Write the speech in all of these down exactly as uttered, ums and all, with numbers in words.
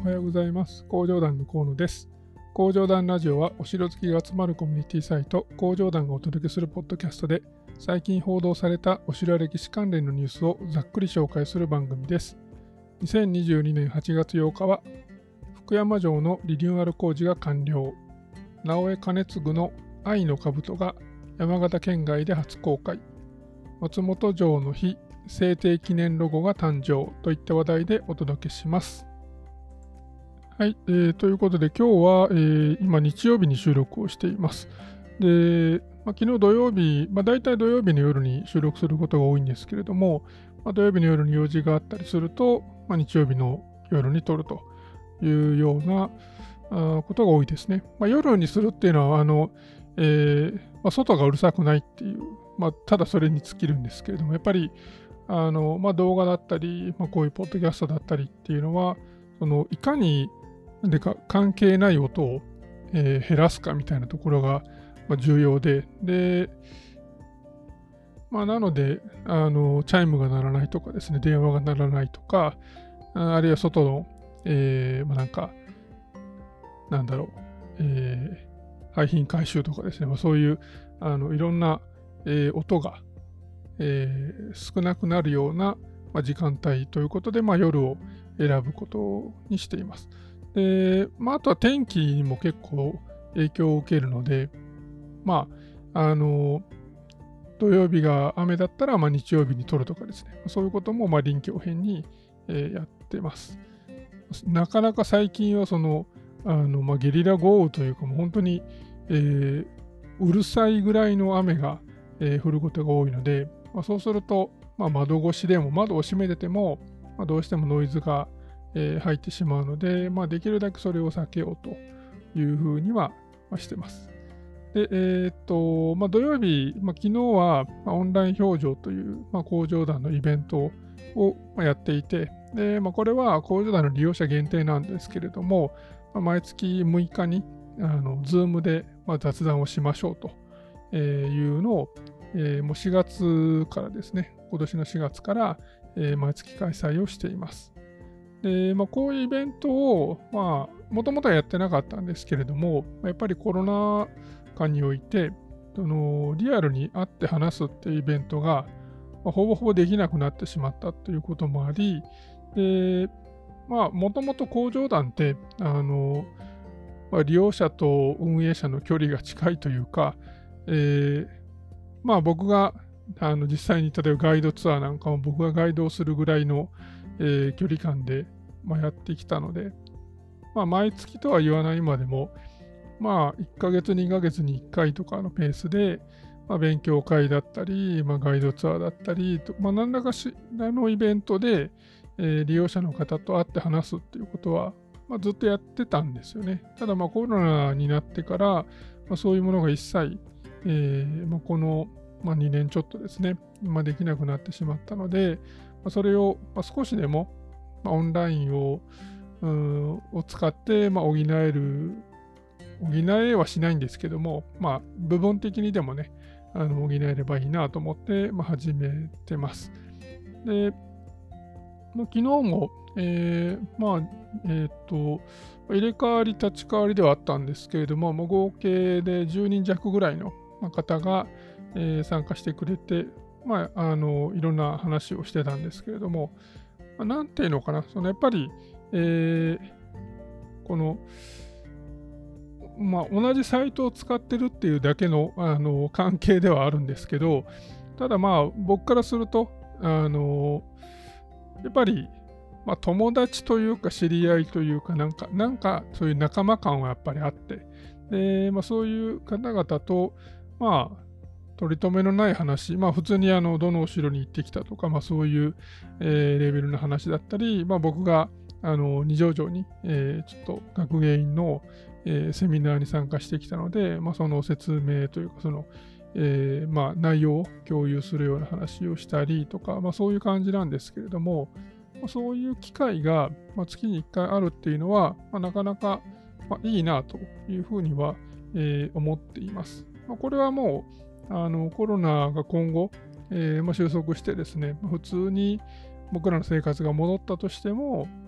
はようございます。工場団の河野です。工場団ラジオはお城好きが集まるコミュニティサイト工場団がお届けするポッドキャストで、最近報道されたお城や歴史関連のニュースをざっくり紹介する番組です。にせんにじゅうにねんはちがつようかは福山城のリニューアル工事が完了。直江兼続の愛の兜が山形県外で初公開。松本城の日制定記念ロゴが誕生といった話題でお届けします。はい、えー、ということで今日は、えー、今日曜日に収録をしています。で、まあ、昨日土曜日、まあ、大体土曜日の夜に収録することが多いんですけれども、まあ、土曜日の夜に用事があったりすると、まあ、日曜日の夜に撮るというようなあことが多いですね。まあ、夜にするっていうのは、あの、えーまあ、外がうるさくないっていう、まあ、ただそれに尽きるんですけれども、やっぱりあの、まあ、動画だったり、まあ、こういうポッドキャストだったりっていうのは、そのいかにでか関係ない音を、えー、減らすかみたいなところが、まあ、重要で、で、まあ、なのであの、チャイムが鳴らないとかですね、電話が鳴らないとか、あるいは外の、えーまあ、なんか、なんだろう、えー、廃品回収とかですね、まあ、そういうあのいろんな、えー、音が、えー、少なくなるような、まあ、時間帯ということで、まあ、夜を選ぶことにしています。で、まあ、あとは天気にも結構影響を受けるので、まあ、あの、土曜日が雨だったら、まあ、日曜日に撮るとかですね、そういうこともまあ臨機応変に、えー、やってます。なかなか最近はその、あのまあ、ゲリラ豪雨というか、もう本当に、えー、うるさいぐらいの雨が、えー、降ることが多いので、まあ、そうすると、まあ、窓越しでも窓を閉めてても、まあ、どうしてもノイズがえー、入ってしまうので、まあ、できるだけそれを避けようというふうにはしてます。で、えー、っと、まあ、土曜日、まあ、昨日は、まあ、オンライン表情という、まあ、工場団のイベントを、まあ、やっていて、で、まあ、これは工場団の利用者限定なんですけれども、まあ、毎月むいかに、あの、Zoom で、まあ、雑談をしましょうというのを、えー、もうしがつからですね、今年のしがつから、えー、毎月開催をしています。で、まあ、こういうイベントを、まあ、もともとはやってなかったんですけれども、やっぱりコロナ禍において、そのリアルに会って話すっていうイベントが、まあ、ほぼほぼできなくなってしまったということもあり、で、まあ、もともと工場団って、あの、まあ、利用者と運営者の距離が近いというか、えー、まあ僕があの実際に例えばガイドツアーなんかも僕がガイドをするぐらいの、えー、距離感で、まあ、やってきたので、まあ、毎月とは言わないまでも、まあ、いっかげつ、にかげつにいっかいとかのペースで、まあ、勉強会だったり、まあ、ガイドツアーだったり、まあ、何らかしらのイベントで、えー、利用者の方と会って話すっていうことは、まあ、ずっとやってたんですよね。ただ、まあ、コロナになってから、まあ、そういうものが一切、えーまあ、この、まあ、にねんちょっとですね、まあ、できなくなってしまったので、まあ、それを、まあ、少しでも、まあ、オンラインをを使って、まあ、補える、補えはしないんですけども、まあ、部分的にでもね、あの補えればいいなと思って、まあ、始めてます。で、もう昨日も、えー、まあ、えっ、ー、と、入れ替わり立ち替わりではあったんですけれども、もう合計でじゅうにん弱ぐらいの方が、えー、参加してくれて、まあ、あの、いろんな話をしてたんですけれども、まあ、なんていうのかな、そのやっぱり、えー、この、まあ、同じサイトを使ってるっていうだけの、あの関係ではあるんですけど、ただまあ僕からすると、あのやっぱり、まあ、友達というか知り合いというかなんか、なんかそういう仲間感はやっぱりあって、で、まあ、そういう方々と、まあ、取り留めのない話、まあ普通にあのどのお城に行ってきたとか、まあそういう、えー、レベルの話だったり、まあ僕があの二条城に、えー、ちょっと学芸員の、えー、セミナーに参加してきたので、まあその説明というか、その、えー、まあ内容を共有するような話をしたりとか、まあそういう感じなんですけれども、まあ、そういう機会が、まあ、月にいっかいあるっていうのは、まあ、なかなか、まあ、いいなというふうには、えー、思っています。まあ、これはもうあのコロナが今後、えーまあ、収束してですね、普通に僕らの生活が戻ったとしても、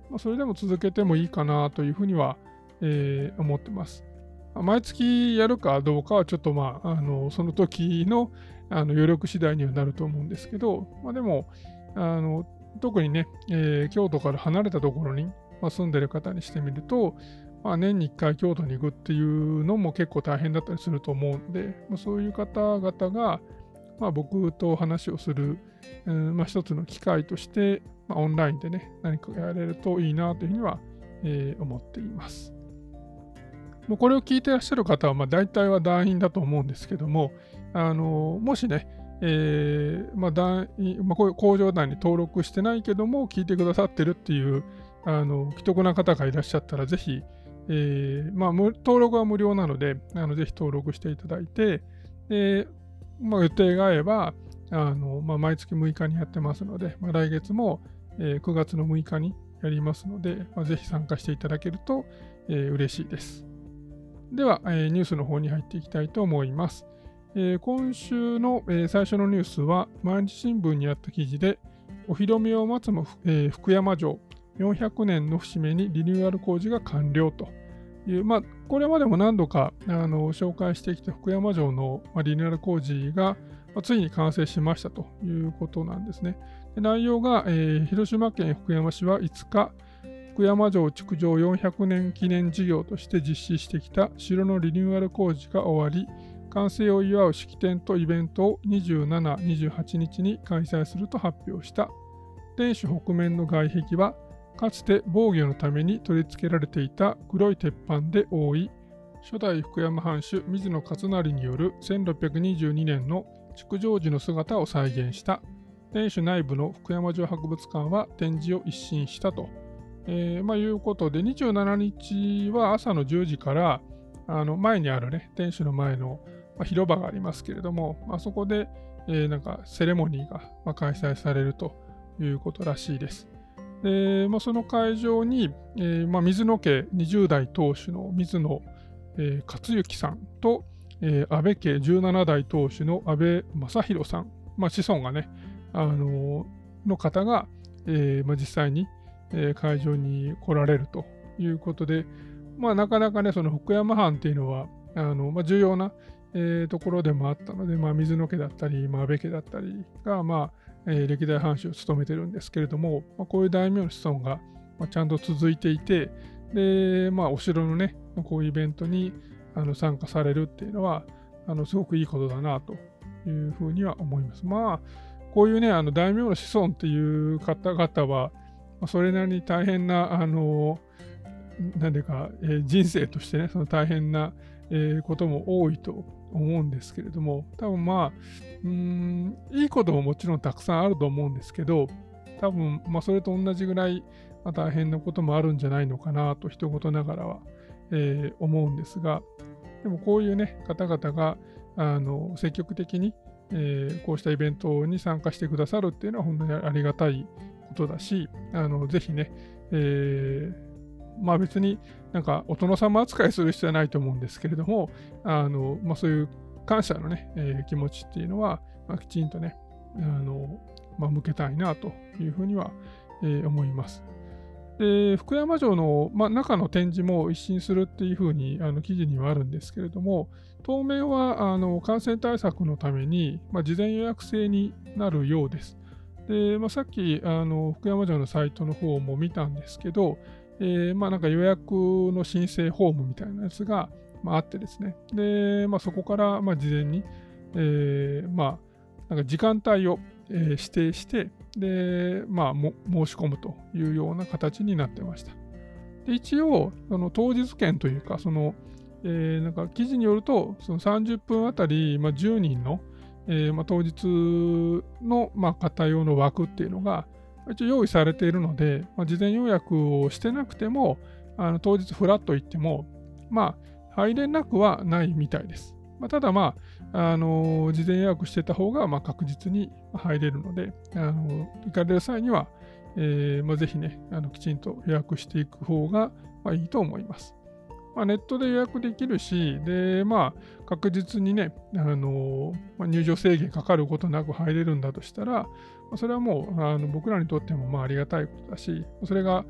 まあ、それでも続けてもいいかなというふうには、えー思ってます。毎月やるかどうかはちょっとまあ、あのその時のあの余力次第にはなると思うんですけど、まあ、でもあの特にね、えー京都から離れたところに、まあ、住んでる方にしてみると、まあ、年にいっかい京都に行くっていうのも結構大変だったりすると思うので、まあ、そういう方々が、まあ、僕と話をする、うんまあ、一つの機会として、まあ、オンラインでね、何かやれるといいなというふうには、えー思っています。もうこれを聞いてらっしゃる方は、まあ、大体は団員だと思うんですけども、あのもしね、えーまあ団員まあ、こういう工場団に登録してないけども、聞いてくださってるっていうあの既得な方がいらっしゃったら、ぜひ、えーまあ、登録は無料なので、あのぜひ登録していただいて、でまあ、予定が合えば、あのまあ、毎月むいかにやってますので、まあ、来月も、えーくがつのむいかにやりますので、まあ、ぜひ参加していただけると、えー嬉しいです。では、えーニュースの方に入っていきたいと思います。えー今週の、えー最初のニュースは、毎日新聞にあった記事で、お披露目を待つも、えー福山城、よんひゃくねんの節目にリニューアル工事が完了という、まあ、これまでも何度かあの紹介してきた福山城の、まあ、リニューアル工事が、まあ、ついに完成しましたということなんですね。で内容が、えー広島県福山市はいつか、福山城築城よんひゃくねん記念事業として実施してきた城のリニューアル工事が終わり、完成を祝う式典とイベントをにじゅうしち、にじゅうはちにちに開催すると発表した。天守北面の外壁は、かつて防御のために取り付けられていた黒い鉄板で覆い、初代福山藩主水野勝成によるせんろっぴゃくにじゅうにねんの築城時の姿を再現した。天守内部の福山城博物館は展示を一新したと。えーまあ、いうことで、にじゅうしちにちは朝のじゅうじから、あの前にあるね、天守の前の、まあ、広場がありますけれども、まあ、そこで、えーなんかセレモニーが、まあ、開催されるということらしいです。でまあ、その会場に、えーまあ、水野家にじゅうだい当主の水野、えー勝之さんと、えー安倍家じゅうななだい当主の安倍正弘さん、まあ、子孫がね、あのーの方が、えーまあ、実際にえー会場に来られるということで、まあ、なかなかね、その福山藩っていうのは、あのまあ、重要な、えーところでもあったので、まあ、水野家だったり、まあ、安倍家だったりが、まあえー歴代藩主を務めてるんですけれども、まあ、こういう大名の子孫が、まあ、ちゃんと続いていて、で、まあ、お城のね、こういうイベントにあの参加されるっていうのは、あのすごくいいことだなというふうには思います。まあ、こういうね、あの大名の子孫っていう方々は、それなりに大変な、あの、なんでか、えー人生としてね、その大変な、えーことも多いと思うんですけれども、多分まあ、うーん、いいことももちろんたくさんあると思うんですけど、多分、まあ、それと同じぐらい、まあ、大変なこともあるんじゃないのかなと、一言ながらは、えー思うんですが、でもこういうね、方々が、あの、積極的に、えーこうしたイベントに参加してくださるっていうのは本当にありがたいことだし、あのぜひね、えーまあ別になんかお殿様扱いする必要はないと思うんですけれども、あのまあ、そういう感謝のね、えー気持ちっていうのは、まあ、きちんとね、あのまあ、向けたいなというふうには、えー思います。で福山城の、まあ、中の展示も一新するっていうふうにあの記事にはあるんですけれども、当面はあの感染対策のために、まあ、事前予約制になるようです。でまあ、さっきあの福山城のサイトの方も見たんですけど、えーまあ、なんか予約の申請フォームみたいなやつが、まあ、あってですね、でまあ、そこからまあ事前に、えーまあ、なんか時間帯を、えー指定して、で、まあ、も申し込むというような形になってました。で一応、その当日券というか、その、えーなんか記事によると、そのさんじゅっぷんあたり、まあ、じゅうにんの、えーまあ、当日の、まあ、方用の枠っていうのが、一応用意されているので、まあ、事前予約をしてなくても、あの当日フラッと行っても、まあ、入れなくはないみたいです。まあ、ただ、まあ、あのー事前予約してた方が、まあ、確実に入れるので、あのー行かれる際には、えーまあ、ぜひね、あのきちんと予約していく方が、まあ、いいと思います。まあ、ネットで予約できるし、で、まあ、確実にね、あのまあ、入場制限かかることなく入れるんだとしたら、まあ、それはもうあの僕らにとってもまあありがたいことだし、それが、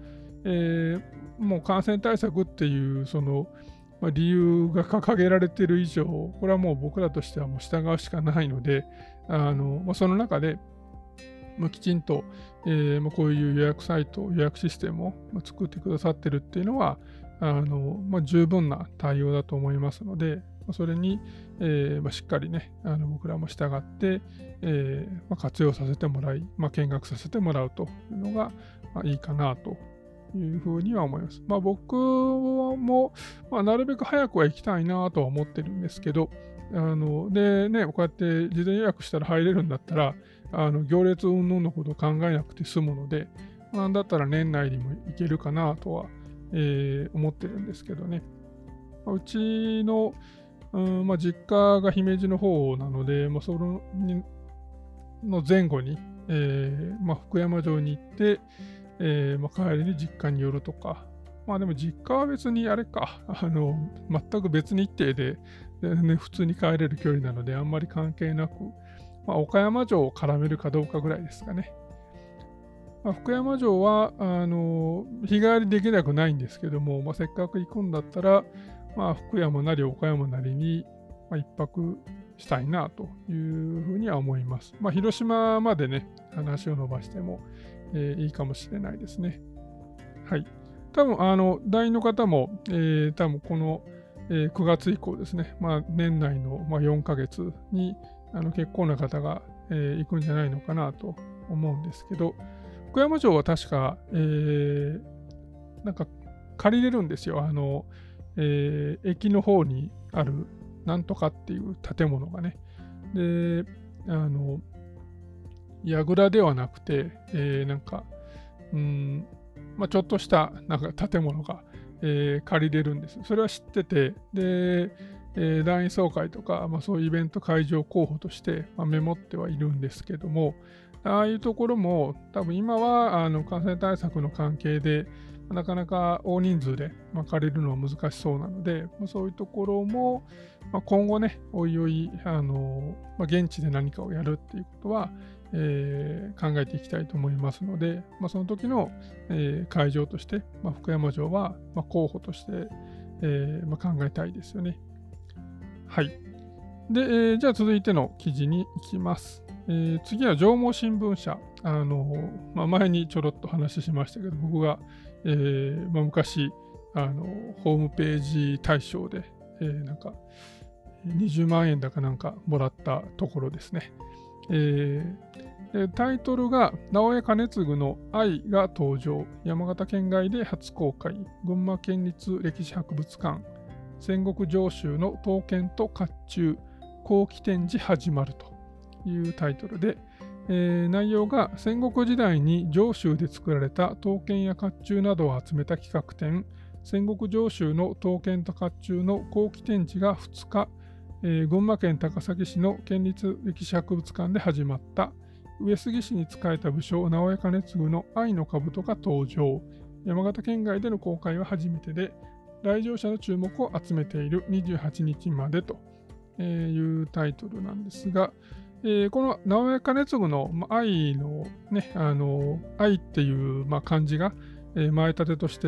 えー、もう感染対策っていうその、まあ、理由が掲げられている以上、これはもう僕らとしてはもう従うしかないので、あのまあ、その中で、まあ、きちんと、えーまあ、こういう予約サイト、予約システムを作ってくださってるっていうのは、あのまあ、十分な対応だと思いますので、それに、えーまあ、しっかりね、あの僕らも従って、えーまあ、活用させてもらい、まあ、見学させてもらうというのが、まあ、いいかなというふうには思います。まあ、僕も、まあ、なるべく早くは行きたいなとは思ってるんですけど、あのでね、こうやって事前予約したら入れるんだったら、あの行列云々のことを考えなくて済むので、なんだったら年内にも行けるかなとは、えー、思ってるんですけどね。まあ、うちの、うんまあ、実家が姫路の方なので、まあ、そのの前後に、えーまあ、福山城に行って、えーまあ、帰りに実家に寄るとか、まあでも実家は別にあれか、あの全く別日程で、でね、普通に帰れる距離なのであんまり関係なく、まあ、岡山城を絡めるかどうかぐらいですかね。まあ、福山城はあの日帰りできなくないんですけども、まあ、せっかく行くんだったら、まあ、福山なり岡山なりに、まあ、一泊したいなというふうには思います。まあ、広島までね、話を伸ばしても、えー、いいかもしれないですね。はい。多分、あの、団員の方も、えー、多分この、えー、くがつ以降ですね、まあ、年内の、まあ、よんかげつにあの結構な方が、えー、行くんじゃないのかなと思うんですけど、福山城は確か、えー、なんか借りれるんですよ。あの、えー、駅の方にあるなんとかっていう建物がね。で、あの、櫓ではなくて、えー、なんか、うん、まあ、ちょっとしたなんか建物が、えー、借りれるんです。それは知ってて、で、えー、団員総会とか、まあ、そういうイベント会場候補として、まあ、メモってはいるんですけども、ああいうところも多分今はあの感染対策の関係でなかなか大人数で、まあ、借りるのは難しそうなので、まあ、そういうところも、まあ、今後ね、おいおいあの、まあ、現地で何かをやるっていうことは、えー、考えていきたいと思いますので、まあ、その時の、えー、会場として、まあ、福山城は、まあ、候補として、えーまあ、考えたいですよね。はい。で、えー、じゃあ続いての記事に行きます。えー、次は上毛新聞社。あのまあ、前にちょろっと話しましたけど、僕が、えーまあ、昔あの、ホームページ大賞で、えー、なんかにじゅうまんえんだかなんかもらったところですね。えー、タイトルが直江兼次の愛が登場。山形県外で初公開。群馬県立歴史博物館。戦国上州の刀剣と甲冑。後期展示始まるというタイトルで、えー、内容が戦国時代に上州で作られた刀剣や甲冑などを集めた企画展、戦国上州の刀剣と甲冑の後期展示がふつか、えー、群馬県高崎市の県立歴史博物館で始まった。上杉氏に仕えた武将直江兼次の愛の兜が登場。山形県外での公開は初めてで、来場者の注目を集めているにじゅうはちにちまでというタイトルなんですが、えー、この直江兼次の愛のね、あの愛っていう、まあ、漢字が、えー、前立てとして、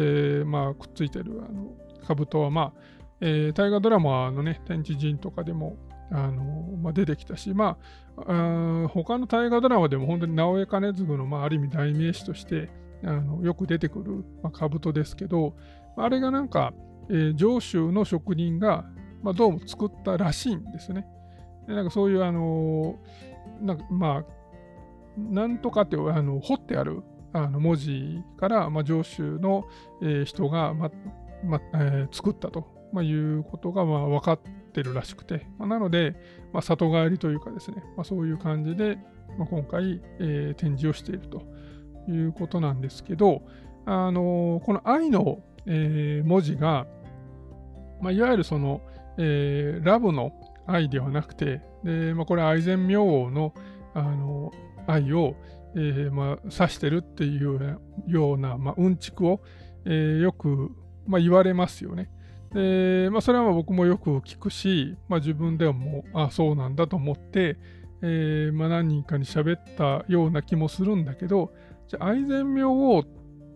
まあ、くっついてるあの兜は、まあえー、大河ドラマのね、天地人とかでもあの、まあ、出てきたし、まあ、あ他の大河ドラマでも本当に直江兼次の、まあ、ある意味代名詞としてあのよく出てくる、まあ、兜ですけど、あれがなんか、えー、上州の職人がまあ、どうも作ったらしいんですね。でなんかそういう、あのー、なんかまあ、なんとかってあの彫ってあるあの文字から、まあ、上州の、えー、人が、ままえー、作ったと、まあ、いうことが、まあ、分かってるらしくて、まあ、なので、まあ、里帰りというかですね、まあ、そういう感じで、まあ、今回、えー、展示をしているということなんですけど、あのー、この愛の、えー、文字が、まあ、いわゆるその、えー、ラブの愛ではなくて、でまあ、これ愛染明王の、あの愛を、えーまあ、指してるっていうような、まあ、うんちくを、えー、よく、まあ、言われますよね。でまあ、それは僕もよく聞くし、まあ、自分でもあそうなんだと思って、えーまあ、何人かに喋ったような気もするんだけど、じゃあ愛染明王っ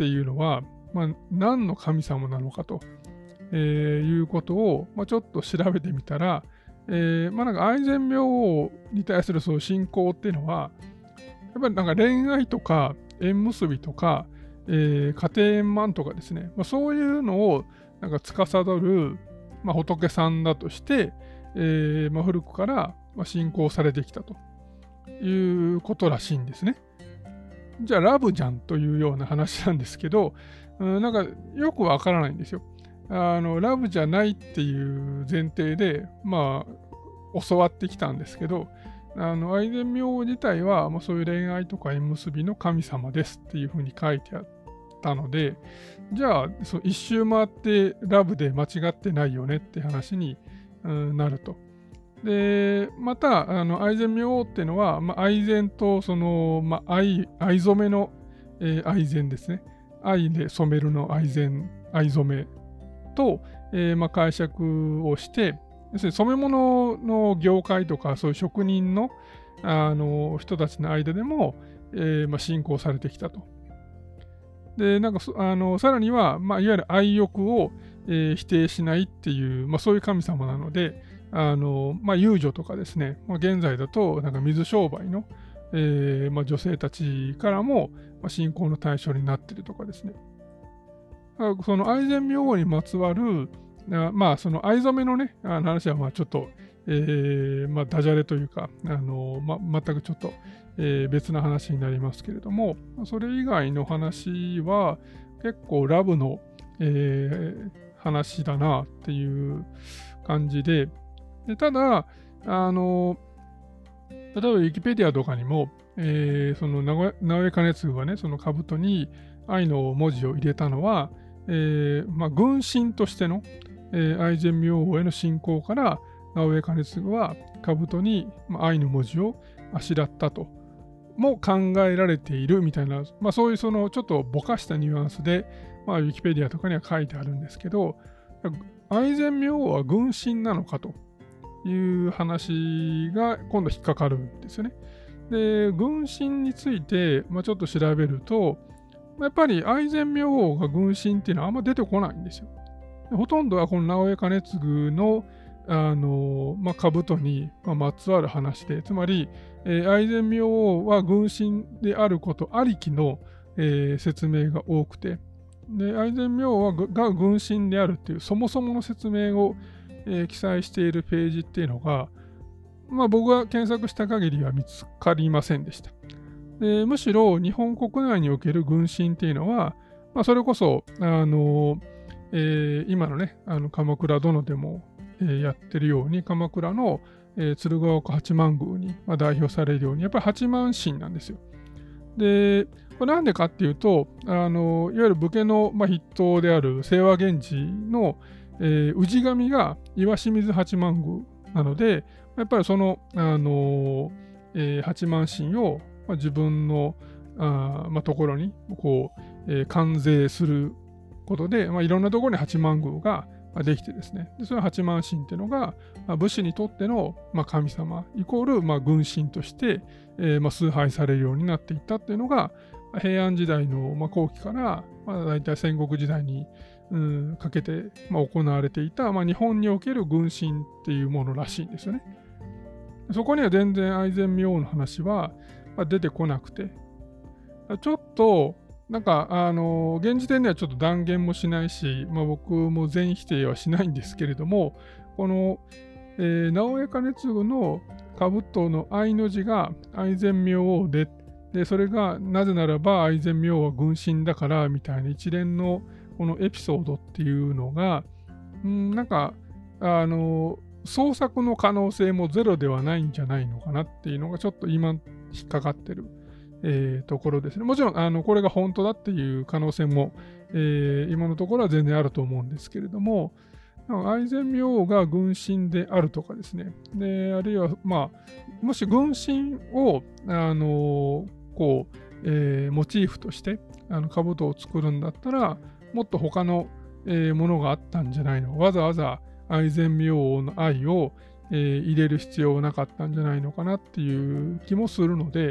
っていうのは、まあ、何の神様なのかと、えー、いうことを、まあ、ちょっと調べてみたら、えーまあ、なんか愛染明王に対するそう信仰っていうのは、やっぱりなんか恋愛とか縁結びとか、えー、家庭円満とかですね、まあ、そういうのをなんか司る、まあ、仏さんだとして、えーまあ、古くから信仰されてきたということらしいんですね。じゃあラブじゃんというような話なんですけど、うん、なんかよくわからないんですよ。あのラブじゃないっていう前提で、まあ、教わってきたんですけど、あの愛染明自体は、まあ、そういう恋愛とか縁結びの神様ですっていうふうに書いてあったので、じゃあそう一周回ってラブで間違ってないよねって話に、うん、なると。で、また、あの愛染明っていうのは、まあ、愛染とその、まあ、愛愛染めの、えー、愛染ですね。愛で染めるの愛染、愛染めと、えーまあ、解釈をして、要するに染め物の業界とか、そういう職人の、あの人たちの間でも、えーまあ、信仰されてきたと。で、なんかあのさらには、まあ、いわゆる愛欲を、えー、否定しないっていう、まあ、そういう神様なので、あのまあ、遊女とかですね、まあ、現在だとなんか水商売の、えーまあ、女性たちからも、まあ、信仰の対象になっているとかですね。その愛染明王にまつわる、まあその藍染めのね、あの話はまあちょっと、えーまあ、ダジャレというか、あのまあ、全くちょっと、えー、別な話になりますけれども、それ以外の話は結構ラブの、えー、話だなっていう感じで、でただ、あの、例えばウィキペディアとかにも、えー、その直江兼続がね、その兜に愛の文字を入れたのは、えーまあ、軍神としての、えー、愛染明王への信仰から直江兼続は兜に、まあ、愛の文字をあしらったとも考えられているみたいな、まあ、そういうそのちょっとぼかしたニュアンスで、まあ、ウィキペディアとかには書いてあるんですけど、愛染明王は軍神なのかという話が今度引っかかるんですよね。で、軍神について、まあ、ちょっと調べると、やっぱり愛染明王が軍神っていうのはあんま出てこないんですよ。ほとんどはこの直江兼続のあの、まあ、兜にまつわる話で、つまり、えー、愛染明王は軍神であることありきの、えー、説明が多くて、で愛染明王が軍神であるっていうそもそもの説明を、えー、記載しているページっていうのが、まあ、僕が検索した限りは見つかりませんでした。でむしろ日本国内における軍神っていうのは、まあ、それこそ、あのえー、今のね、あの鎌倉殿でも、えー、やってるように、鎌倉の、えー、鶴岡八幡宮に、まあ、代表されるように、やっぱり八幡神なんですよ。で、これなんでかっていうと、あのいわゆる武家の、まあ、筆頭である清和源氏の、えー、氏神が岩清水八幡宮なので、やっぱりその、あのえー、八幡神を、まあ、自分のあ、まあ、ところにこう、えー、関税することで、まあ、いろんなところに八幡宮ができてですね、でその八幡神っていうのが、まあ、武士にとっての、まあ、神様イコール、まあ、軍神として、えーまあ、崇拝されるようになっていったっていうのが、平安時代の、まあ、後期から、まあ、大体戦国時代に、うん、かけて、まあ、行われていた、まあ、日本における軍神っていうものらしいんですよね。そこには全然愛染明王の話は、まあ、出てこなくて、ちょっとなんかあの現時点ではちょっと断言もしないし、まあ、僕も全否定はしないんですけれども、この、えー、直江兼続の兜の愛の字が愛染明王で、でそれがなぜならば愛染明王は軍神だからみたいな一連のこのエピソードっていうのが、うん、なんかあの創作の可能性もゼロではないんじゃないのかなっていうのがちょっと今引っかかってる、えー、ところですね。もちろんあのこれが本当だっていう可能性も、えー、今のところは全然あると思うんですけれども、愛染明王が軍神であるとかですね。であるいは、まあ、もし軍神を、あのこうえー、モチーフとしてあの兜を作るんだったら、もっと他の、えー、ものがあったんじゃないの。わざわざ愛染明王の愛を、えー、入れる必要はなかったんじゃないのかなっていう気もするので、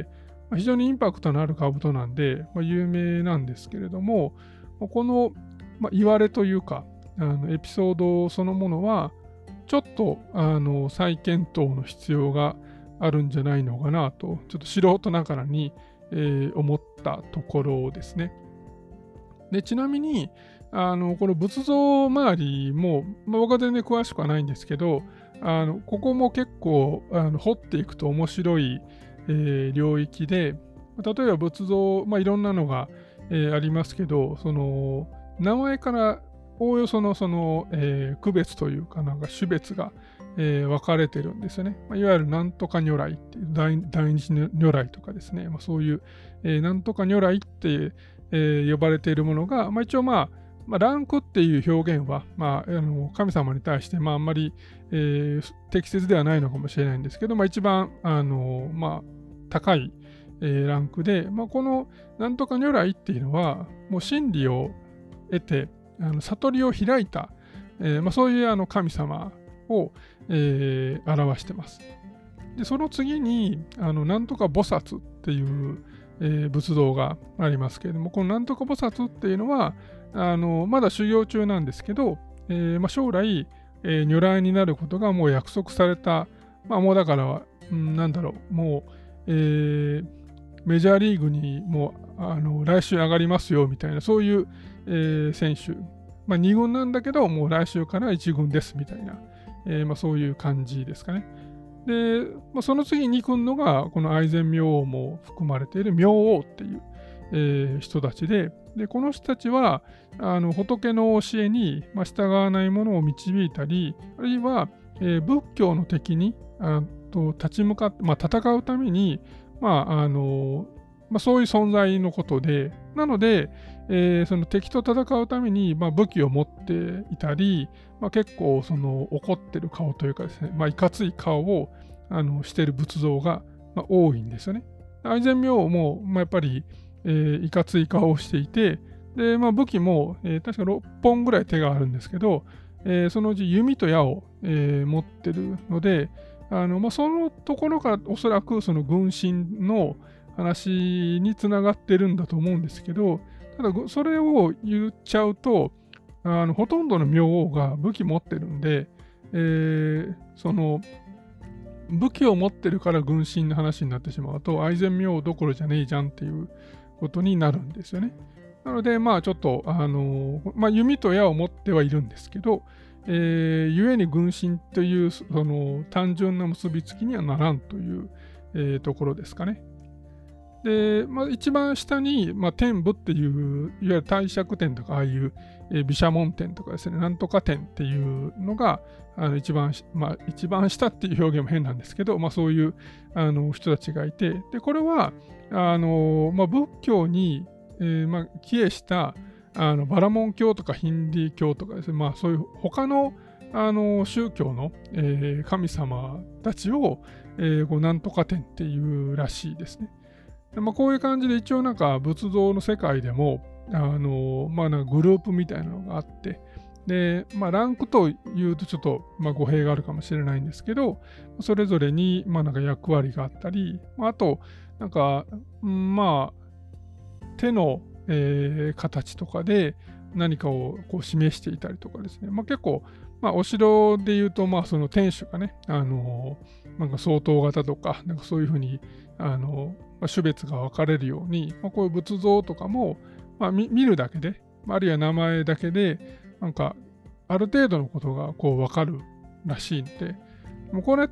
まあ、非常にインパクトのある兜なんで、まあ、有名なんですけれども、この、まあ、言われというか、あのエピソードそのものは、ちょっとあの再検討の必要があるんじゃないのかなと、ちょっと素人ながらに、えー、思ったところですね。でちなみに、あのこの仏像周りも、まあ、僕は全然詳しくはないんですけど、あのここも結構あの掘っていくと面白い、えー、領域で、例えば仏像、まあ、いろんなのが、えー、ありますけど、その名前からおおよそのその、えー、区別というか、なんか種別が、えー、分かれてるんですよね。まあ、いわゆるなんとか如来っていう大、大日如来とかですね、まあ、そういう、えー、なんとか如来っていう、えー、呼ばれているものが、まあ、一応まあ、まあ、ランクっていう表現は、まあ、あの神様に対して、まあ、あんまり、えー、適切ではないのかもしれないんですけど、まあ、一番あの、まあ、高い、えー、ランクで、まあ、このなんとか如来っていうのは、もう真理を得て、あの悟りを開いた、えーまあ、そういうあの神様を、えー、表してます。で、その次に、あのなんとか菩薩っていう、えー、仏像がありますけれども、このなんとか菩薩っていうのは、あのまだ修行中なんですけど、えーまあ、将来、えー、如来になることがもう約束された、まあ、もうだから、うん、なんだろう、もう、えー、メジャーリーグにもうあの来週上がりますよみたいな、そういう、えー、選手、まあ、に軍なんだけど、もう来週からいち軍ですみたいな、えーまあ、そういう感じですかね。で、まあ、その次に来るのが、この愛染明王も含まれている明王っていう、えー、人たちで、でこの人たちはあの仏の教えに、まあ、従わない者を導いたり、あるいは、えー、仏教の敵にあと立ち向かって、まあ、戦うために、まああのまあ、そういう存在のことで、なので、えー、その敵と戦うために、まあ、武器を持っていたり、まあ、結構その怒ってる顔というかですね、まあ、いかつい顔をあのしている仏像が、まあ、多いんですよね。愛染明王も、まあ、やっぱり、えー、いかつい顔をしていて、で、まあ、武器も、えー、確かろっぽんぐらい手があるんですけど、えー、そのうち弓と矢を、えー、持ってるので、あのまあ、そのところからおそらくその軍神の話につながってるんだと思うんですけど、ただそれを言っちゃうと、あのほとんどの明王が武器持ってるんで、えー、その武器を持ってるから軍神の話になってしまうと、愛染明王どころじゃねえじゃんっていうことになるんですよね。なので、まあちょっと、あのまあ、弓と矢を持ってはいるんですけど、えー、故に軍神というその単純な結びつきにはならんという、えー、ところですかね。で、まあ、一番下に、まあ、天部っていう、いわゆる帝釈天とか、ああいう、えー、毘沙門天とかですね、なんとか天っていうのが、あの一番、まあ、一番下っていう表現も変なんですけど、まあ、そういうあの人たちがいて、で、これは、あのまあ、仏教に、えーまあ、帰依したあのバラモン教とかヒンディー教とかですね、まあ、そういう他のあの宗教の、えー、神様たちを、えー、こうなんとか天っていうらしいですね。でまあ、こういう感じで一応なんか仏像の世界でもあの、まあ、なんかグループみたいなのがあって、で、まあ、ランクというとちょっと、まあ、語弊があるかもしれないんですけど、それぞれに、まあ、なんか役割があったり、まあ、あと、なんか、まあ、手の、えー、形とかで何かをこう示していたりとかですね、まあ、結構、まあ、お城で言うと、まあ、その天守がね、あのなんか相当型とか、なんかそういうふうに、あのまあ、種別が分かれるように、まあ、こういう仏像とかも、まあ、見るだけで、あるいは名前だけで、なんか、ある程度のことがこう分かるらしいんで、もうこれって、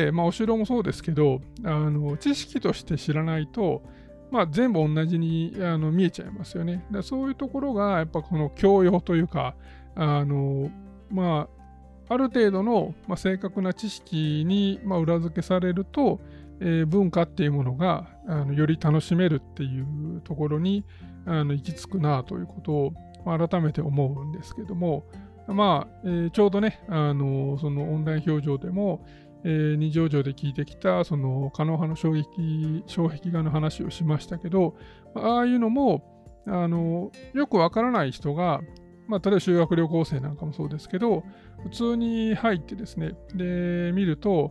まあ、お城もそうですけど、あの知識として知らないと、まあ、全部同じにあの見えちゃいますよね。だそういうところが、やっぱこの教養というか、あの、まあ、ある程度の、まあ、正確な知識に、まあ、裏付けされると、えー、文化っていうものがあのより楽しめるっていうところにあの行き着くなということを、まあ、改めて思うんですけども、まあ、えー、ちょうどね、あのそのオンライン表情でも、えー、二条城で聞いてきたその狩野派の衝撃障壁画の話をしましたけど、ああいうのもあのよくわからない人が、まあ、例えば修学旅行生なんかもそうですけど、普通に入ってですね、で見ると、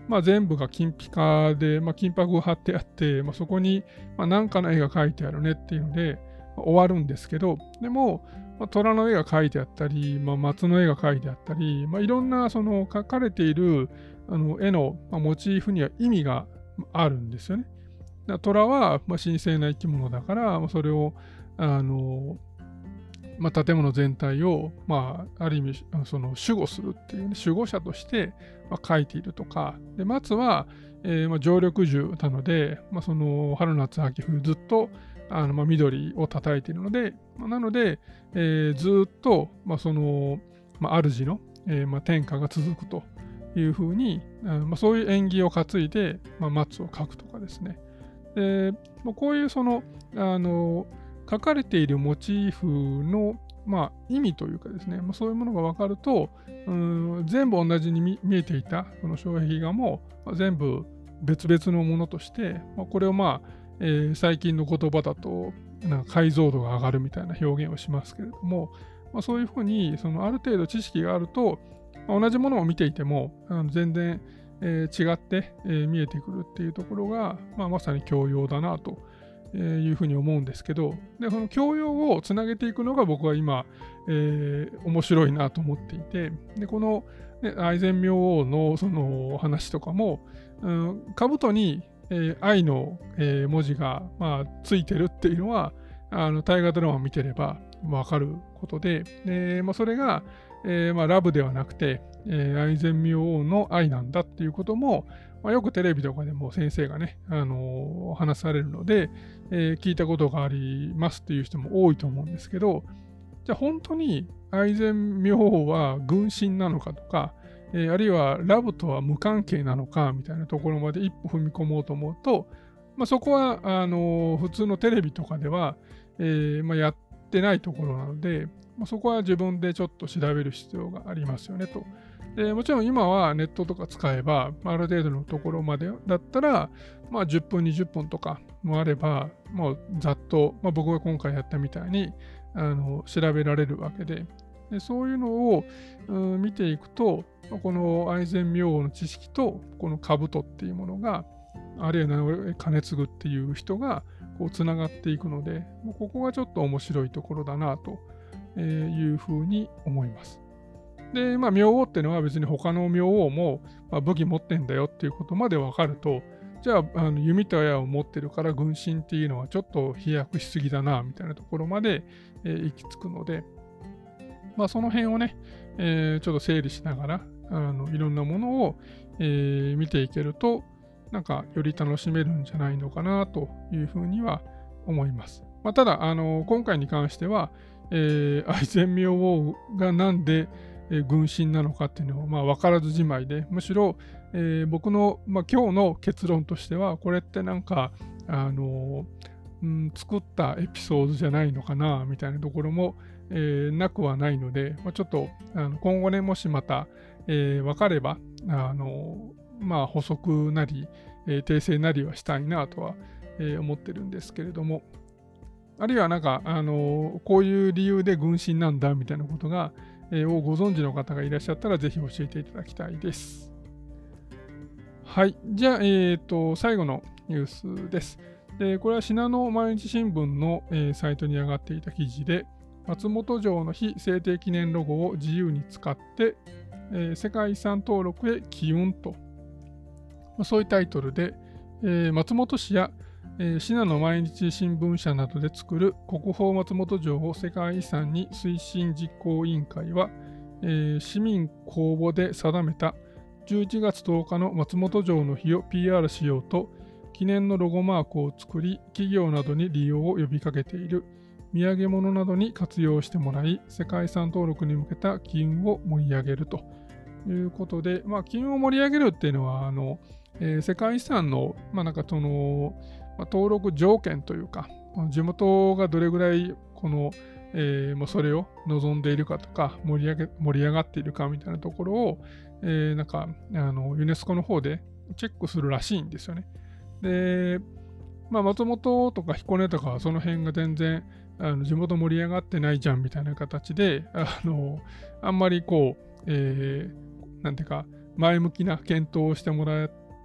まあ、全部が金ピカで、まあ、金箔を貼ってあって、まあ、そこにまあ何かの絵が描いてあるねっていうので、まあ、終わるんですけど、でも、まあ、虎の絵が描いてあったり、まあ、松の絵が描いてあったり、まあ、いろんなその描かれているあの絵のモチーフには意味があるんですよね。だから虎はまあ神聖な生き物だから、それをあのまあ、建物全体を、まあ、ある意味その守護するっていう、ね、守護者として、まあ、描いているとか、で松は、えーまあ、常緑樹なので、まあ、その春夏秋冬ずっとあの、まあ、緑を叩いているので、まあ、なので、えー、ずっと、まあ、その、まあ、主の、えーまあ、天下が続くというふうに、あまあ、そういう縁起を担いで、まあ、松を描くとかですね。でまあ、こういうそのあの書かれているモチーフの、まあ、意味というかですね、まあ、そういうものが分かると、うん全部同じに 見, 見えていたその障壁画も、まあ、全部別々のものとして、まあ、これをまあ、えー、最近の言葉だとなんか解像度が上がるみたいな表現をしますけれども、まあ、そういうふうにそのある程度知識があると、まあ、同じものを見ていてもあの全然、えー、違って、えー、見えてくるっていうところが、まあ、まさに教養だなというふうに思うんですけど、でこの教養をつなげていくのが僕は今、えー、面白いなと思っていて、でこの、ね、愛染明王のその話とかも、うん、兜に、えー、愛の、えー、文字が、まあ、ついてるっていうのはあの大河ドラマを見てれば分かることで、でまあ、それが、えーまあ、ラブではなくて、えー、愛染明王の愛なんだっていうことも、まあ、よくテレビとかでも先生がね、あのー、話されるので、えー、聞いたことがありますっていう人も多いと思うんですけど、じゃあ本当に愛染明王は軍神なのかとか、えー、あるいはラブとは無関係なのかみたいなところまで一歩踏み込もうと思うと、まあ、そこはあのー、普通のテレビとかでは、えーまあ、やってないところなので、まあ、そこは自分でちょっと調べる必要がありますよねと。でもちろん今はネットとか使えば、ある程度のところまでだったら、まあ、じゅっぷん、にじゅっぷんとかもあれば、もうざっと、まあ、僕が今回やったみたいにあの調べられるわけで、でそういうのを、うん、見ていくと、この愛染明王の知識と、この兜っていうものが、あるいは金継ぐっていう人がこうつながっていくので、ここがちょっと面白いところだなというふうに思います。で、まあ、明王っていうのは別に他の明王も、まあ、武器持ってんだよっていうことまで分かると、じゃあ、あの弓と矢を持ってるから軍神っていうのはちょっと飛躍しすぎだな、みたいなところまで、えー、行き着くので、まあ、その辺をね、えー、ちょっと整理しながら、あのいろんなものを、えー、見ていけると、なんかより楽しめるんじゃないのかなというふうには思います。まあ、ただ、あの今回に関しては、えー、愛染明王がなんで、えー、軍神なのかっていうのを、まあ、分からずじまいで、むしろ、えー、僕の、まあ、今日の結論としては、これってなんか、あのうん、作ったエピソードじゃないのかなみたいなところも、えー、なくはないので、まあ、ちょっとあの今後ね、もしまた、えー、分かれば、あのまあ、補足なり、えー、訂正なりはしたいなとは、えー、思ってるんですけれども、あるいはなんか、あのこういう理由で軍神なんだみたいなことが、えー、をご存知の方がいらっしゃったら、ぜひ教えていただきたいです。はい。じゃあ、えーと、最後のニュースです。でこれは信濃毎日新聞の、えー、サイトに上がっていた記事で、松本城の非制定記念ロゴを自由に使って、えー、世界遺産登録へ機運と、そういうタイトルで、えー、松本市や、えー、信濃毎日新聞社などで作る国宝松本城を世界遺産に推進実行委員会は、えー、市民公募で定めたじゅういちがつとおかの松本城の日を ピーアール しようと、記念のロゴマークを作り、企業などに利用を呼びかけている。土産物などに活用してもらい、世界遺産登録に向けた機運を盛り上げるということで、まあ、機運を盛り上げるっていうのは、あの、えー、世界遺産の、まあ、なんかその、まあ、登録条件というか、地元がどれぐらいこの、えー、もうそれを望んでいるかとか盛り上げ、盛り上がっているかみたいなところを、えー、なんかあのユネスコの方でチェックするらしいんですよね。で、まあ、松本とか彦根とかはその辺が全然あの地元盛り上がってないじゃんみたいな形で、あのあんまりこう、えー、なんていうか、前向きな検討をしてもらっ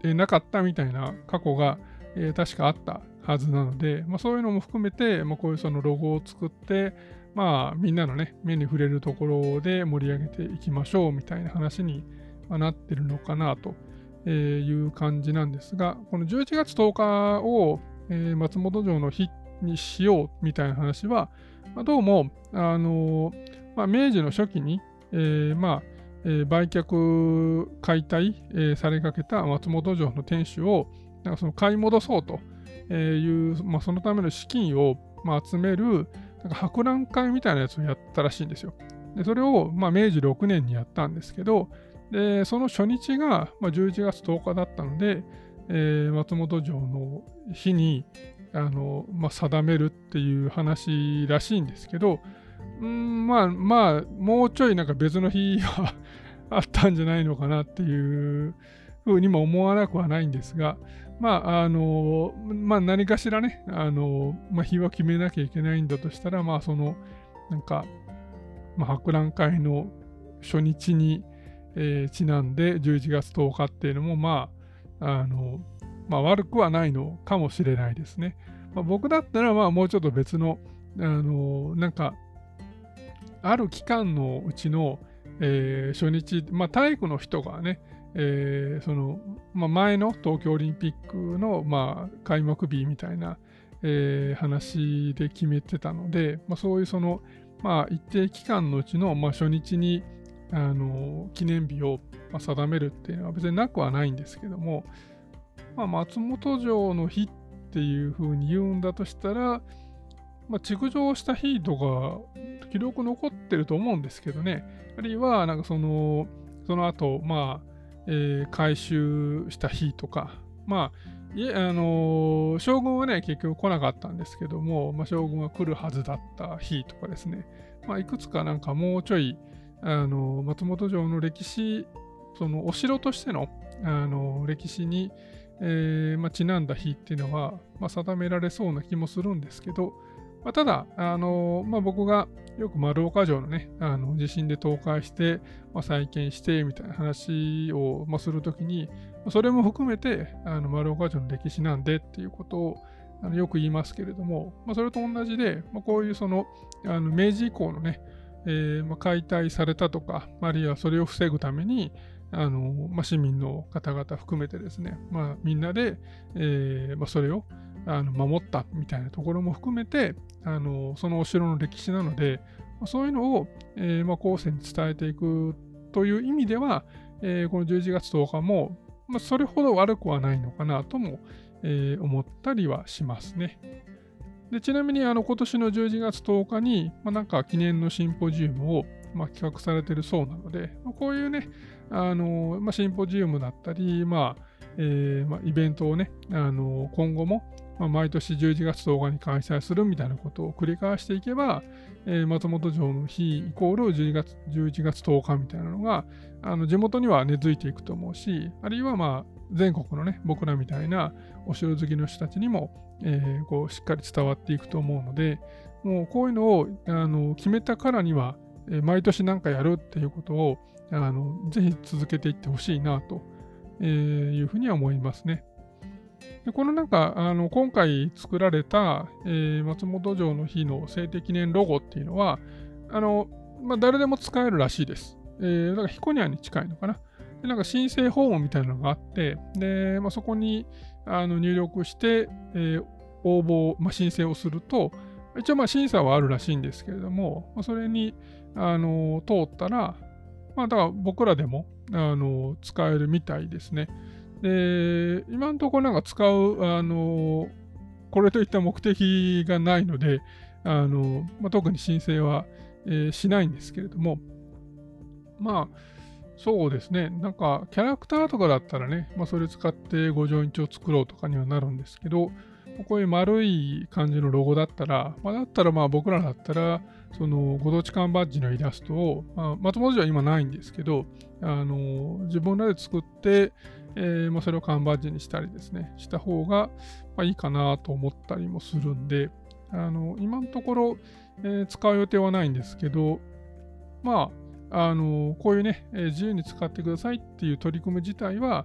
なかったみたいな過去が、えー、確かあったはずなので、まあ、そういうのも含めて、まあ、こういうそのロゴを作って、まあ、みんなのね、目に触れるところで盛り上げていきましょうみたいな話になってるのかなという感じなんですが、このじゅういちがつとおかを、えー、松本城の日にしようみたいな話は、まあ、どうも、あのーまあ、明治の初期に、えーまあえー、売却解体、えー、されかけた松本城の天守をなんかその買い戻そうという、まあ、そのための資金を、まあ、集めるなんか博覧会みたいなやつをやったらしいんですよ。でそれを、まあ、明治ろくねんにやったんですけど、でその初日が、まあ、じゅういちがつとおかだったので、えー、松本城の日にあの、まあ、定めるっていう話らしいんですけど、うんまあまあもうちょいなんか別の日はあったんじゃないのかなっていうふうにも思わなくはないんですが、まああのまあ何かしらね、あのまあ、日は決めなきゃいけないんだとしたら、まあそのなんか、まあ、博覧会の初日に、えー、ちなんでじゅういちがつとおかっていうのもまああのまあ悪くはないのかもしれないですね。まあ、僕だったらまあもうちょっと別のあのなんかある期間のうちの、えー、初日、まあ、体育の人がね、えーそのまあ、前の東京オリンピックの、まあ、開幕日みたいな、えー話で決めてたので、まあ、そういうその、まあ、一定期間のうちの、まあ、初日にあの記念日を、まあ、定めるっていうのは別になくはないんですけども、まあ、松本城の日っていうふうに言うんだとしたら、まあ、築城した日とか記録残ってると思うんですけどね。あるいは、なんかその、その後、まあ、えー改修した日とか、まあ、いえ、あのー将軍はね、結局来なかったんですけども、まあ、将軍は来るはずだった日とかですね。まあ、いくつかなんかもうちょい、あのー松本城の歴史、そのお城としての、あのー歴史に、えーまあ、ちなんだ日っていうのは、まあ、定められそうな気もするんですけど、まあ、ただ、あのまあ、僕がよく丸岡城のね、あの地震で倒壊して、まあ、再建してみたいな話を、まあ、するときに、それも含めてあの丸岡城の歴史なんでっていうことをあのよく言いますけれども、まあ、それと同じで、まあ、こういうそのあの明治以降のね、えーまあ、解体されたとか、あるいはそれを防ぐために、あのまあ、市民の方々含めてですね、まあ、みんなで、えーまあ、それをあの守ったみたいなところも含めて、あのそのお城の歴史なので、そういうのを、えーまあ、後世に伝えていくという意味では、えーこのじゅういちがつとおかも、まあ、それほど悪くはないのかなとも、えー思ったりはしますね。でちなみにあの今年のじゅういちがつとおかに、まあ、なんか記念のシンポジウムを、まあ、企画されているそうなので、まあ、こういうね、あのまあ、シンポジウムだったり、まあえーまあ、イベントをね、あの今後も、まあ、毎年じゅういちがつとおかに開催するみたいなことを繰り返していけば、えー、松本城の日イコールじゅういちがつとおかみたいなのがあの地元には根付いていくと思うし、あるいはまあ全国のね、僕らみたいなお城好きの人たちにも、えー、こうしっかり伝わっていくと思うので、もうこういうのをあの決めたからには、えー毎年なんかやるっていうことをあのぜひ続けていってほしいなと、えーいうふうには思いますね。でこのなんかあの今回作られた、えー松本城の日の制定記念ロゴっていうのはあの、まあ、誰でも使えるらしいです。えー、だからヒコニャンに近いのかな。でなんか申請フォームみたいなのがあって、でまあ、そこにあの入力して、えー応募、まあ、申請をすると、一応まあ審査はあるらしいんですけれども、まあ、それにあの通ったら、まあ、だから僕らでもあの使えるみたいですね。で、今のところなんか使う、あの、これといった目的がないので、あの、まあ、特に申請は、えーしないんですけれども、まあ、そうですね、なんかキャラクターとかだったらね、まあ、それ使って五条印を作ろうとかにはなるんですけど、こういう丸い感じのロゴだったら、まあ、だったらまあ僕らだったら、そのご当地缶バッジのイラストを、まあ、松本城は今ないんですけど、あの自分らで作って、えーまあ、それを缶バッジにしたりですね、した方が、まあ、いいかなと思ったりもするんで、あの今のところ、えー使う予定はないんですけど、まあ、あのこういうね、えー自由に使ってくださいっていう取り組み自体は、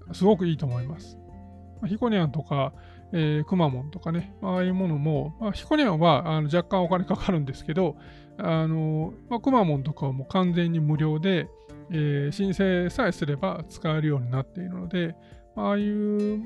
すごくいいと思います。まあ、ヒコニャンとか、えー、くまモンとかね、ああいうものも、まあ、ヒコニャンはあの若干お金かかるんですけど、あのまあ、くまモンとかはもう完全に無料で、えー申請さえすれば使えるようになっているので、まあああいう、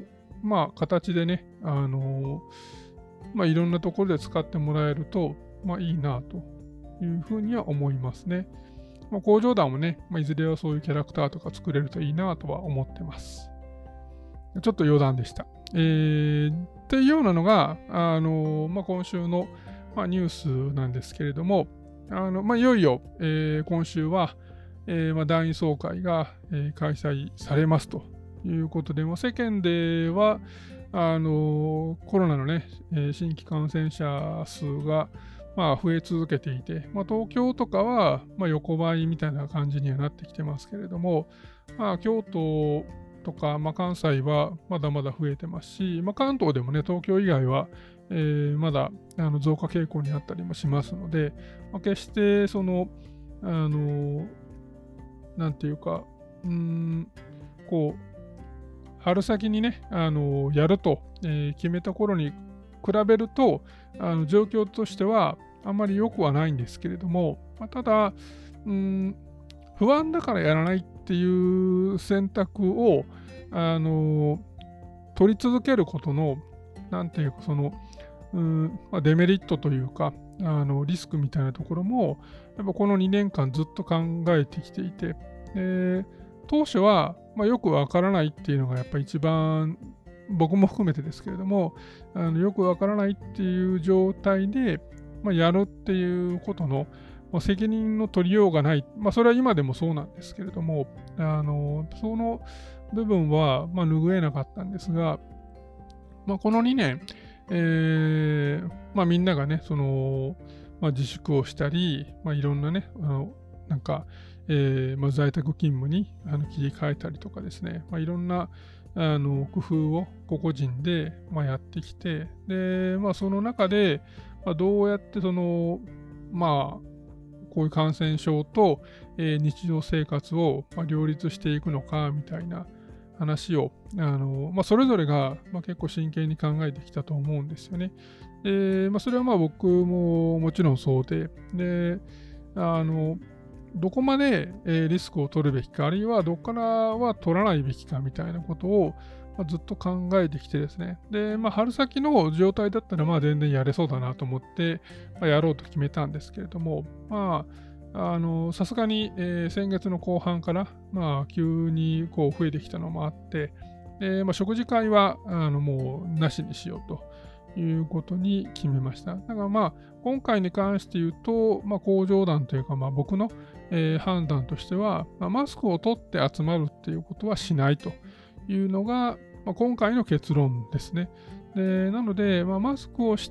まあ、形でね、あのまあ、いろんなところで使ってもらえると、まあ、いいなというふうには思いますね。まあ、工場団もね、まあ、いずれはそういうキャラクターとか作れるといいなとは思ってます。ちょっと余談でした。えー、っていうようなのが、あのまあ、今週の、まあ、ニュースなんですけれども、あのまあ、いよいよ、えー今週は、えーまあ、団員総会が、えー開催されますということで、まあ、世間ではあのコロナの、ね、えー新規感染者数が、まあ、増え続けていて、まあ、東京とかは、まあ、横ばいみたいな感じにはなってきてますけれども、まあ、京都とか、まあ、関西はまだまだ増えてますし、まあ、関東でもね、東京以外は、えーまだあの増加傾向にあったりもしますので、まあ、決してその、あのなんていうか、うーん、こう、春先にね、あのやると、えー決めた頃に比べると、あの状況としてはあんまり良くはないんですけれども、まあ、ただ、うーん、不安だからやらないっていう選択を、あの取り続けることの、なんていうか、その、うーんまあ、デメリットというか、あのリスクみたいなところも、やっぱこのにねんかんずっと考えてきていて、で当初は、まあ、よくわからないっていうのがやっぱ一番、僕も含めてですけれども、あのよくわからないっていう状態で、まあ、やるっていうことの、まあ、責任の取りようがない、まあ、それは今でもそうなんですけれども、あのその部分は、まあ、拭えなかったんですが、まあ、このにねん、えーまあ、みんながね、その、まあ、自粛をしたり、まあ、いろんなね、あのなんか、えーまあ、在宅勤務にあの切り替えたりとかですね、まあ、いろんなあの工夫を個々人で、まあ、やってきて、で、まあ、その中で、まあ、どうやってその、まあ、こういう感染症と、えー日常生活を、まあ、両立していくのかみたいな話を、あのまあ、それぞれが、まあ、結構真剣に考えてきたと思うんですよね。で、まあ、それはまあ僕ももちろんそうで、で、あの、どこまで、えーリスクを取るべきか、あるいはどこからは取らないべきかみたいなことを、まあ、ずっと考えてきてですね。で、まあ、春先の状態だったら、まあ、全然やれそうだなと思って、まあ、やろうと決めたんですけれども、まあ、あの、さすがに、えー先月の後半から、まあ、急にこう増えてきたのもあって、で、まあ、食事会は、あの、もうなしにしようということに決めました。だからまあ、今回に関して言うと、まあ、工場団というか、まあ、僕の、えー判断としては、まあ、マスクを取って集まるっていうことはしないというのが、まあ、今回の結論ですね。でなので、まあ、マスクをして、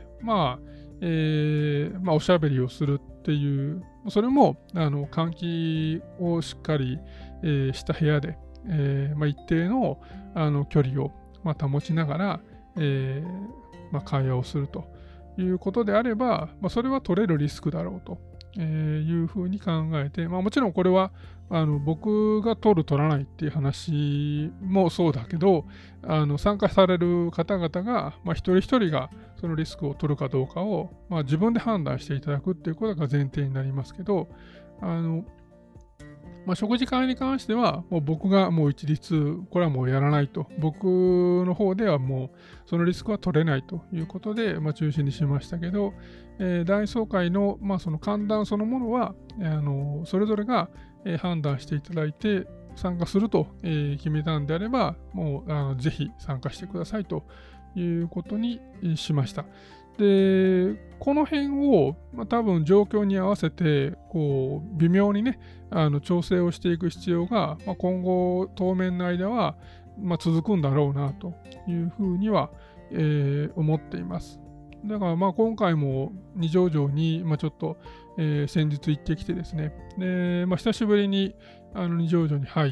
まあえーまあ、おしゃべりをするっていう、それもあの換気をしっかり、えーした部屋で、えーまあ、一定のあの距離を、まあ、保ちながら、えーまあ、会話をするということであれば、まあ、それは取れるリスクだろうと、えーいうふうに考えて、まあ、もちろんこれはあの僕が取る取らないっていう話もそうだけど、あの参加される方々が、まあ、一人一人がそのリスクを取るかどうかを、まあ、自分で判断していただくっていうことが前提になりますけど、あのまあ、食事会に関しては、もう僕がもう一律、これはもうやらないと。僕の方ではもうそのリスクは取れないということで、まあ、中止にしましたけど、えー大総会の、まあ、その寒暖そのものは、あのそれぞれが、えー判断していただいて参加すると、えー決めたんであれば、もうあのぜひ参加してくださいということにしました。で、この辺を、まあ、多分状況に合わせて、こう、微妙にね、あの調整をしていく必要が、まあ、今後、当面の間は、まあ、続くんだろうなというふうには、えー思っています。だからまあ今回も二条城に、まあ、ちょっと、えー先日行ってきてですね、でまあ、久しぶりにあの二条城に入って、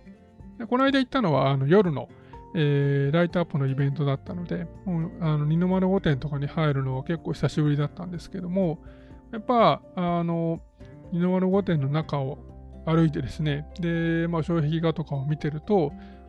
でこの間行ったのはあの夜の、えーライトアップのイベントだったので、もうあの二の丸御殿とかに入るのは結構久しぶりだったんですけども、やっぱあの二の丸御殿の中を歩いてですね、で、まあ、障壁画とかを見てると、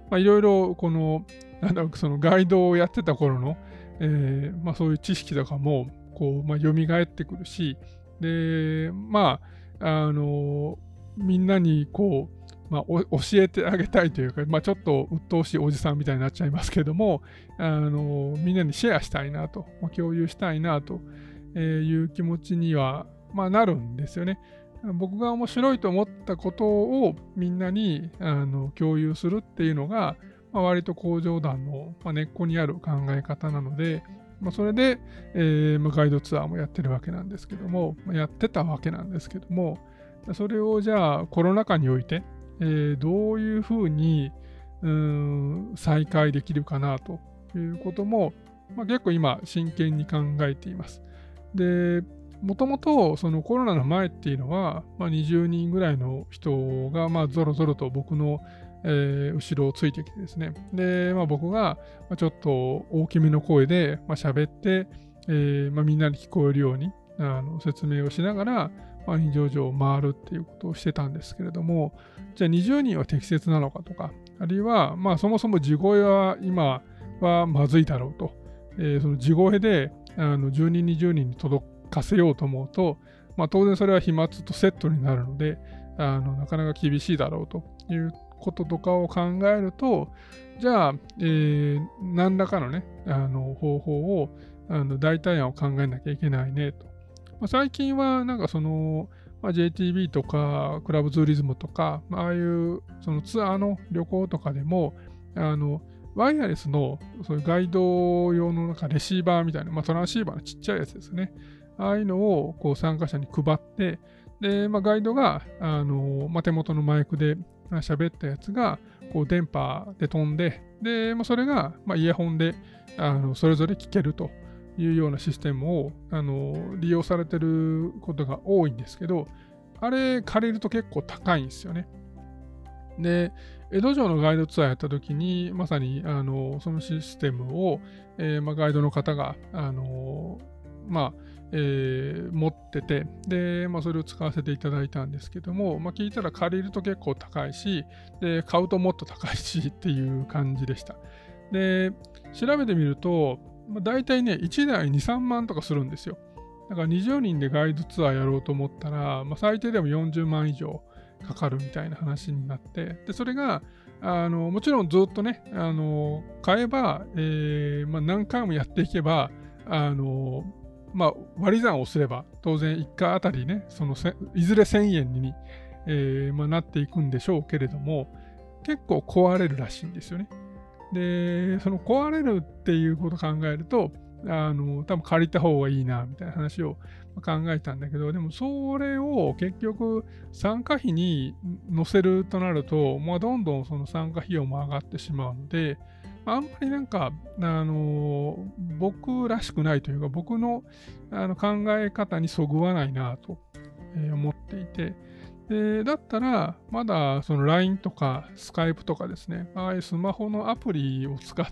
まあ、いろいろこの、なんだろう、そのガイドをやってた頃の、えーまあ、そういう知識とかも、こう、まあ、蘇ってくるし、で、まあ、あの、みんなにこう、まあ、教えてあげたいというか、まあ、ちょっと鬱陶しいおじさんみたいになっちゃいますけども、あのみんなにシェアしたいなと、まあ、共有したいなという気持ちには、まあ、なるんですよね。僕が面白いと思ったことをみんなにあの共有するっていうのが、まあ、割と工場団の、まあ、根っこにある考え方なので、まあ、それで、えーまあ、ガイドツアーもやってるわけなんですけども、まあ、やってたわけなんですけども、それをじゃあコロナ禍において、えー、どういうふうにうーん再開できるかなということも、まあ、結構今真剣に考えています。で、もともとそのコロナの前っていうのは、まあ、にじゅうにんぐらいの人がまあぞろぞろと僕の、えー後ろをついてきてですね。で、まあ、僕がちょっと大きめの声でまあ喋って、えーまあ、みんなに聞こえるようにあの説明をしながら、まあ、二条城を回るっていうことをしてたんですけれども、じゃあにじゅうにんは適切なのかとか、あるいは、まあ、そもそも地声は今はまずいだろうと、えーその地声であのじゅうにん、にじゅうにんに届かせようと思うと、まあ、当然それは飛沫とセットになるので、あのなかなか厳しいだろうということとかを考えると、じゃあ、えー何らかのね、あの方法を、あの代替案を考えなきゃいけないねと。まあ、最近はなんかその、まあ、ジェイティービー とかクラブツーリズムとか、まあああいうそのツアーの旅行とかでも、あのワイヤレスのそういうガイド用のなんかレシーバーみたいな、まあ、トランシーバーのちっちゃいやつですね。ああいうのをこう参加者に配って、で、まあ、ガイドがあの、まあ、手元のマイクで喋ったやつがこう電波で飛んで、で、まあ、それが、まあ、イヤホンであのそれぞれ聞けるというようなシステムをあの利用されてることが多いんですけど、あれ借りると結構高いんですよね。で、江戸城のガイドツアーやった時に、まさにあのそのシステムを、えーまあ、ガイドの方があのまあえー持ってて、で、まあ、それを使わせていただいたんですけども、まあ、聞いたら借りると結構高いし、で、買うともっと高いしっていう感じでした。で、調べてみると、まあ、大体ね、いちだいに、さんまんとかするんですよ。だからにじゅうにんでガイドツアーやろうと思ったら、まあ、最低でもよんじゅうまん以上かかるみたいな話になって、で、それが、あのもちろんずっとね、あの買えば、えーまあ、何回もやっていけば、あのまあ、割り算をすれば、当然いっかいあたりね、そのいずれせんえんに、えーまあ、なっていくんでしょうけれども、結構壊れるらしいんですよね。で、その壊れるっていうことを考えると、あの多分借りた方がいいなみたいな話を考えたんだけど、でもそれを結局参加費に載せるとなると、まあ、どんどんその参加費用も上がってしまうので、あんまりなんか、あの僕らしくないというか、僕のあの考え方にそぐわないなと思っていて、でだったら、まだその ライン とか スカイプ とかですね、ああいうスマホのアプリを使って、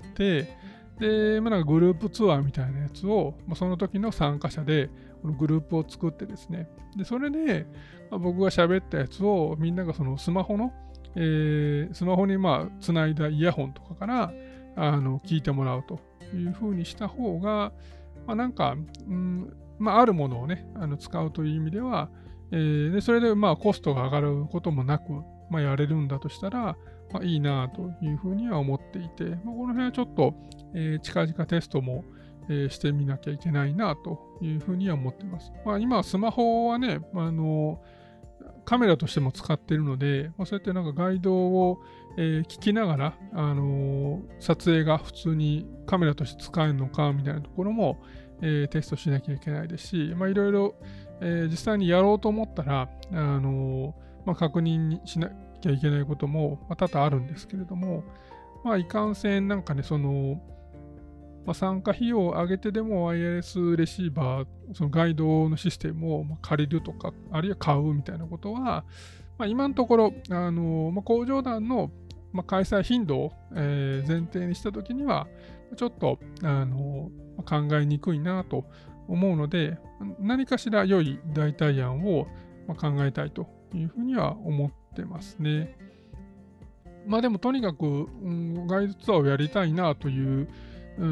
で、まあ、なんかグループツアーみたいなやつを、まあ、その時の参加者でこのグループを作ってですね、でそれで、まあ、僕が喋ったやつをみんながそのスマホの、えー、スマホにまあつないだイヤホンとかからあの聞いてもらうというふうにした方が、まあ、なんか、うんまあ、あるものをね、あの使うという意味では、えー、でそれでまあコストが上がることもなく、まあ、やれるんだとしたら、まあ、いいなというふうには思っていて、まあ、この辺はちょっと、えー、近々テストも、えー、してみなきゃいけないなというふうには思っています。まあ、今、スマホはね、あのカメラとしても使っているので、まあ、そうやってなんかガイドを、えー、聞きながら、あのー、撮影が普通にカメラとして使えるのかみたいなところも、えー、テストしなきゃいけないですし、まあ、いろいろ、えー、実際にやろうと思ったら、あのーまあ、確認しなきゃいけないことも、まあ、多々あるんですけれども、まあ、いかんせんなんかね、その、まあ、参加費用を上げてでもワイヤレスレシーバー、そのガイドのシステムを借りるとか、あるいは買うみたいなことは、まあ、今のところ、あのまあ、工場団の、まあ、開催頻度を、えー、前提にしたときには、ちょっと、あの考えにくいなと思うので、何かしら良い代替案を考えたいというふうには思ってますね。 まあでもとにかく、うん、ガイドツアーをやりたいなという、うん、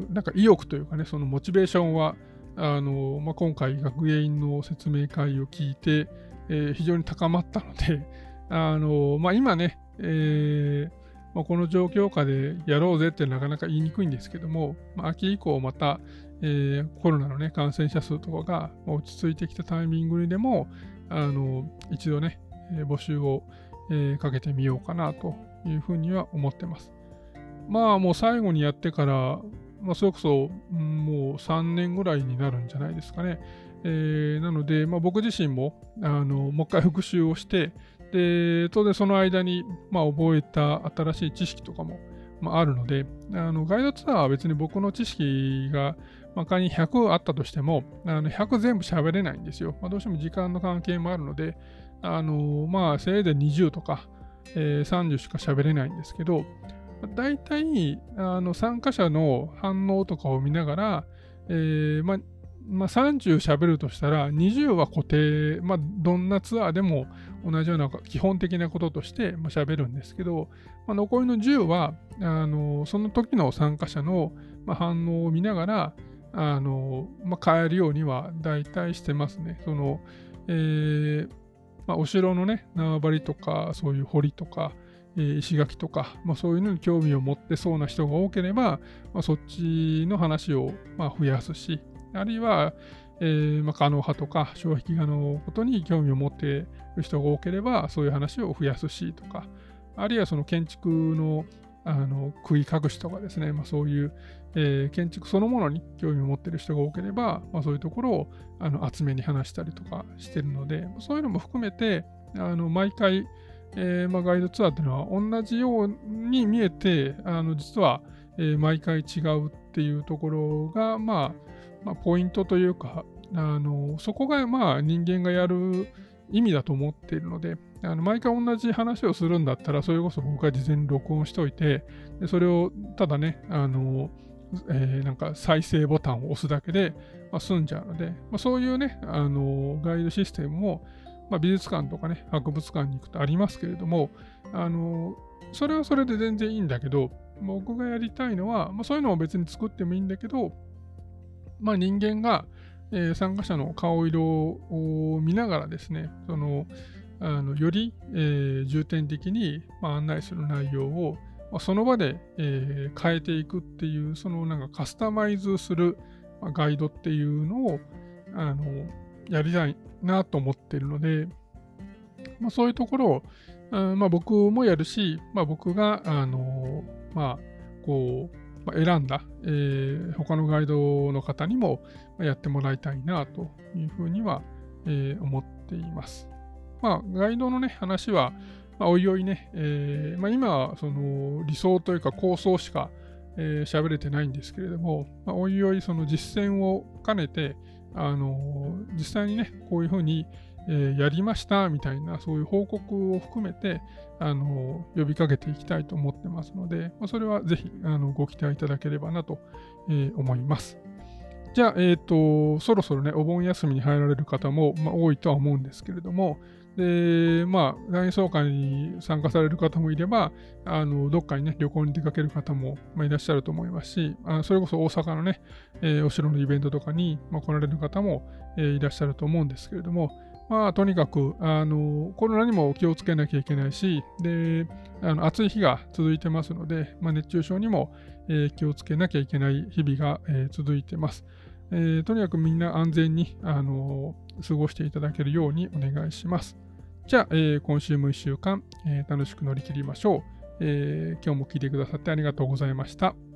なんか意欲というかね、そのモチベーションは、あのまあ、今回学芸員の説明会を聞いて、えー、非常に高まったので、あのまあ、今ね、えーまあ、この状況下でやろうぜってなかなか言いにくいんですけども、まあ、秋以降また、えー、コロナの、ね、感染者数とかが落ち着いてきたタイミングにでも、あの一度ね、えー、募集を、えー、かけてみようかなというふうには思ってます。まあもう最後にやってから、まあ、それこそ、うん、もうさんねんぐらいになるんじゃないですかね。えー、なので、まあ、僕自身もあのもう一回復習をして、で当然その間に、まあ、覚えた新しい知識とかも、まあ、あるので、あのガイドツアーは別に僕の知識が、まあ、仮にひゃくあったとしても、あのひゃく全部喋れないんですよ。まあ、どうしても時間の関係もあるので、あのまあ、せいぜいにじゅうとか、えー、さんじゅうしか喋れないんですけど、大体あの参加者の反応とかを見ながら、えーまあまあ、さんじゅう喋るとしたらにじゅうは固定、まあ、どんなツアーでも同じような基本的なこととして喋るんですけど、まあ、残りのじゅうはあのその時の参加者の反応を見ながらあの、まあ、変えるようには大体してますね。そのえーまあ、お城のね縄張りとかそういう堀とか石垣とか、まあ、そういうのに興味を持ってそうな人が多ければ、まあ、そっちの話をまあ増やすし、あるいは、えーまあ、可能派とか障壁画のことに興味を持っている人が多ければ、そういう話を増やすしとか、あるいはその建築のあの杭隠しとかですね、まあ、そういう、えー、建築そのものに興味を持っている人が多ければ、まあ、そういうところをあの厚めに話したりとかしてるので、そういうのも含めて、あの毎回、えーまあ、ガイドツアーっていうのは同じように見えて、あの実は、えー、毎回違うっていうところが、まあ、まあ、ポイントというか、あのそこがまあ人間がやる意味だと思っているので、あの毎回同じ話をするんだったら、それこそ僕が事前に録音しておいて、でそれをただね、あのえー、なんか再生ボタンを押すだけで、まあ、済んじゃうので、まあ、そういうね、あのガイドシステムも、まあ、美術館とかね、博物館に行くとありますけれども、あのそれはそれで全然いいんだけど、僕がやりたいのは、まあ、そういうのを別に作ってもいいんだけど、まあ、人間が、えー、参加者の顔色を見ながらですね、そのあのより、えー、重点的に、まあ、案内する内容を、まあ、その場で、えー、変えていくっていう、そのなんかカスタマイズする、まあ、ガイドっていうのをあのやりたいなと思っているので、まあ、そういうところを、あまあ、僕もやるし、まあ、僕があの、まあ、こう選んだ、えー、他のガイドの方にもやってもらいたいなというふうには、えー、思っています。まあ、ガイドのね、話は、まあ、おいおいね、えーまあ、今はその理想というか構想しか喋、えー、れてないんですけれども、まあ、おいおいその実践を兼ねて、あのー、実際にね、こういうふうに、えー、やりましたみたいな、そういう報告を含めて、あのー、呼びかけていきたいと思ってますので、まあ、それはぜひあのご期待いただければなと、えー、思います。じゃあ、えっと、そろそろね、お盆休みに入られる方も、まあ、多いとは思うんですけれども、で、まあ、大総会に参加される方もいれば、あのどっかにね、旅行に出かける方も、まあ、いらっしゃると思いますし、あそれこそ大阪のね、えー、お城のイベントとかに、まあ、来られる方も、えー、いらっしゃると思うんですけれども、まあ、とにかく、あの、コロナにも気をつけなきゃいけないし、で、あの暑い日が続いてますので、まあ、熱中症にも、えー、気をつけなきゃいけない日々が、えー、続いてます。えー、とにかくみんな安全に、あのー、過ごしていただけるようにお願いします。じゃあ、えー、今週もいっしゅうかん、えー、楽しく乗り切りましょう、えー。今日も聞いてくださってありがとうございました。